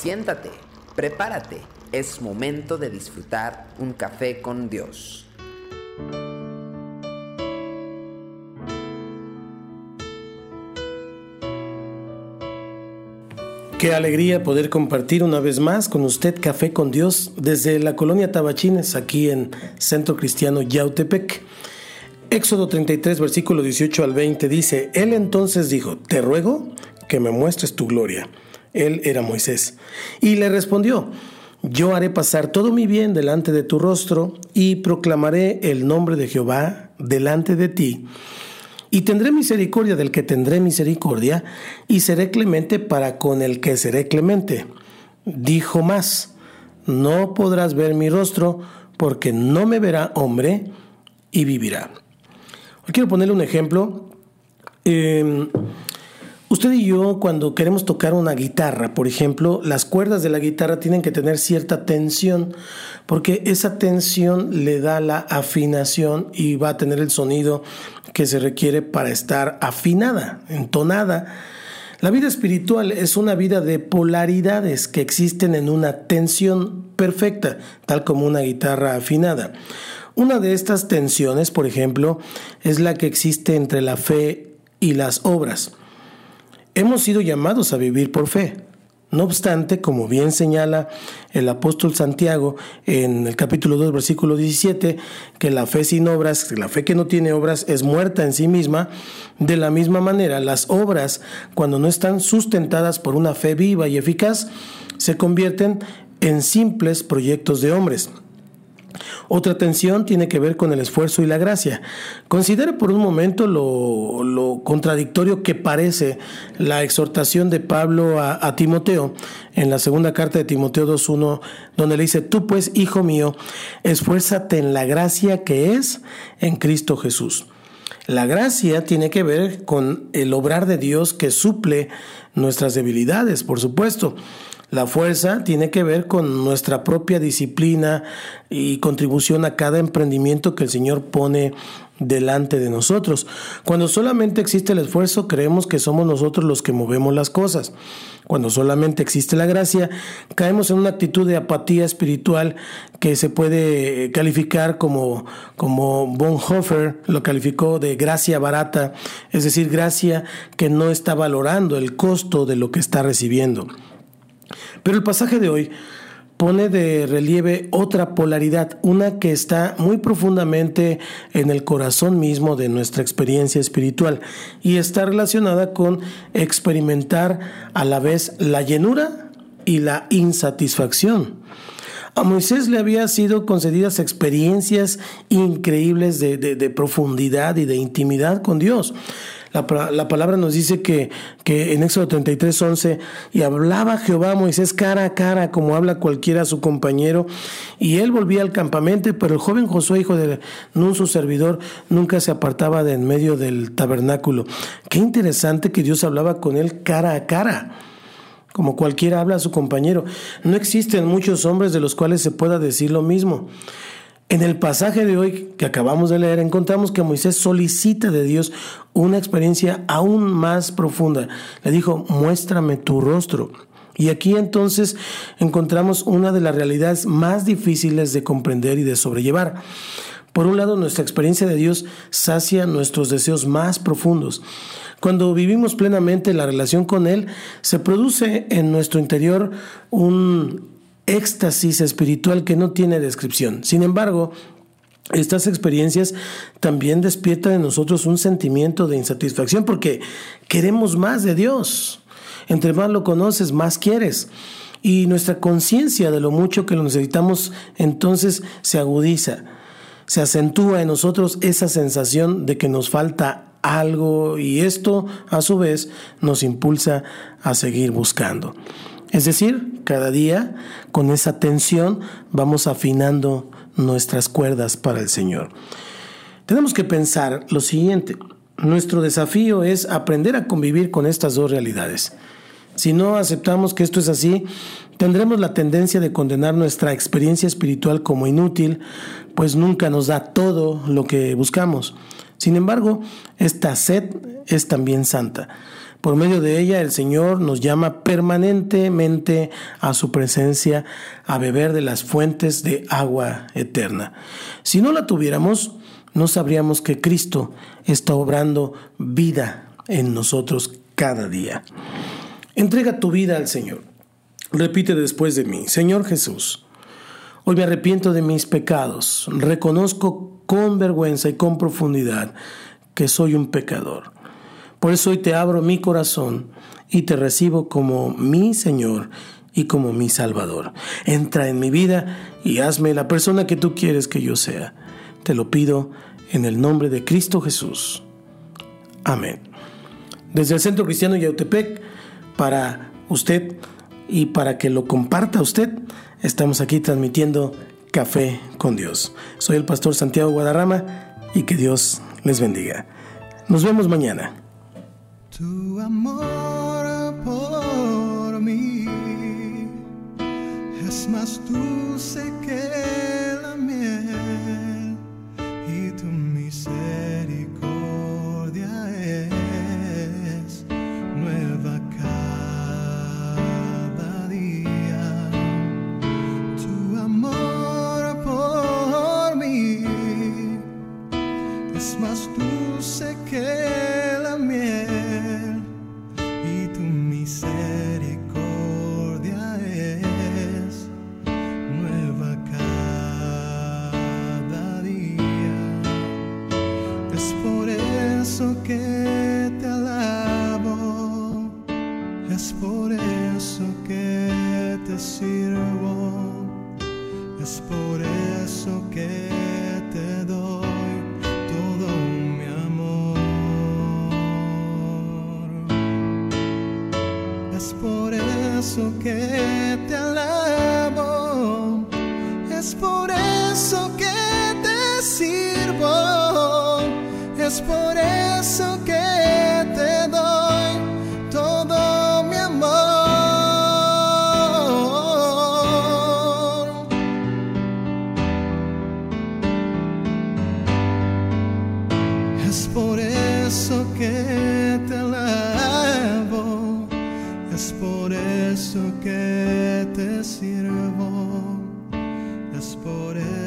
Siéntate, prepárate, es momento de disfrutar un café con Dios. Qué alegría poder compartir una vez más con usted Café con Dios desde la colonia Tabachines, aquí en Centro Cristiano Yautepec. Éxodo 33, versículo 18 al 20 dice: Él entonces dijo: Te ruego que me muestres tu gloria. Él era Moisés. Y le respondió: Yo haré pasar todo mi bien delante de tu rostro y proclamaré el nombre de Jehová delante de ti. Y tendré misericordia del que tendré misericordia, y seré clemente para con el que seré clemente. Dijo más: No podrás ver mi rostro, porque no me verá hombre y vivirá. Hoy quiero ponerle un ejemplo. Usted y yo, cuando queremos tocar una guitarra, por ejemplo, las cuerdas de la guitarra tienen que tener cierta tensión, porque esa tensión le da la afinación y va a tener el sonido que se requiere para estar afinada, entonada. La vida espiritual es una vida de polaridades que existen en una tensión perfecta, tal como una guitarra afinada. Una de estas tensiones, por ejemplo, es la que existe entre la fe y las obras. Hemos sido llamados a vivir por fe. No obstante, como bien señala el apóstol Santiago en el capítulo 2, versículo 17, que la fe sin obras, la fe que no tiene obras, es muerta en sí misma. De la misma manera, las obras, cuando no están sustentadas por una fe viva y eficaz, se convierten en simples proyectos de hombres. Otra tensión tiene que ver con el esfuerzo y la gracia. Considere por un momento lo contradictorio que parece la exhortación de Pablo a Timoteo en la segunda carta de Timoteo 2:1, donde le dice: Tú pues, hijo mío, esfuérzate en la gracia que es en Cristo Jesús. La gracia tiene que ver con el obrar de Dios que suple nuestras debilidades, por supuesto. La fuerza tiene que ver con nuestra propia disciplina y contribución a cada emprendimiento que el Señor pone delante de nosotros. Cuando solamente existe el esfuerzo, creemos que somos nosotros los que movemos las cosas. Cuando solamente existe la gracia, caemos en una actitud de apatía espiritual que se puede calificar como Bonhoeffer lo calificó de gracia barata, es decir, gracia que no está valorando el costo de lo que está recibiendo. Pero el pasaje de hoy pone de relieve otra polaridad, una que está muy profundamente en el corazón mismo de nuestra experiencia espiritual y está relacionada con experimentar a la vez la llenura y la insatisfacción. A Moisés le había sido concedidas experiencias increíbles de profundidad y de intimidad con Dios. La palabra nos dice que en Éxodo 33:11, y hablaba Jehová a Moisés cara a cara, como habla cualquiera a su compañero, y él volvía al campamento, pero el joven Josué, hijo de Nun, su servidor, nunca se apartaba de en medio del tabernáculo. Qué interesante que Dios hablaba con él cara a cara, como cualquiera habla a su compañero. No existen muchos hombres de los cuales se pueda decir lo mismo. En el pasaje de hoy que acabamos de leer, encontramos que Moisés solicita de Dios una experiencia aún más profunda. Le dijo: muéstrame tu rostro. Y aquí entonces encontramos una de las realidades más difíciles de comprender y de sobrellevar. Por un lado, nuestra experiencia de Dios sacia nuestros deseos más profundos. Cuando vivimos plenamente la relación con Él, se produce en nuestro interior un éxtasis espiritual que no tiene descripción. Sin embargo, estas experiencias también despiertan en nosotros un sentimiento de insatisfacción porque queremos más de Dios. Entre más lo conoces, más quieres. Y nuestra conciencia de lo mucho que lo necesitamos entonces se agudiza. Se acentúa en nosotros esa sensación de que nos falta algo, y esto a su vez nos impulsa a seguir buscando. Es decir, cada día con esa tensión vamos afinando nuestras cuerdas para el Señor. Tenemos que pensar lo siguiente: nuestro desafío es aprender a convivir con estas dos realidades. Si no aceptamos que esto es así, tendremos la tendencia de condenar nuestra experiencia espiritual como inútil, pues nunca nos da todo lo que buscamos. Sin embargo, esta sed es también santa. Por medio de ella, el Señor nos llama permanentemente a su presencia, a beber de las fuentes de agua eterna. Si no la tuviéramos, no sabríamos que Cristo está obrando vida en nosotros cada día. Entrega tu vida al Señor. Repite después de mí: Señor Jesús, hoy me arrepiento de mis pecados. Reconozco con vergüenza y con profundidad que soy un pecador. Por eso hoy te abro mi corazón y te recibo como mi Señor y como mi Salvador. Entra en mi vida y hazme la persona que tú quieres que yo sea. Te lo pido en el nombre de Cristo Jesús. Amén. Desde el Centro Cristiano Yautepec, para usted y para que lo comparta usted, estamos aquí transmitiendo Café con Dios. Soy el pastor Santiago Guadarrama y que Dios les bendiga. Nos vemos mañana. Tu amor por mí es más dulce que la miel y tu misericordia es nueva cada día. Tu amor por mí es más dulce que la miel. Misericordia es nueva cada día. Es por eso que te alabo, es por eso que te sirvo, es por eso que te doy todo mi amor. Es por eso que te alabo, es por eso que te sirvo, es por eso que te doy todo mi amor. Es por eso que te alabo, es por eso que te sirvo, es por eso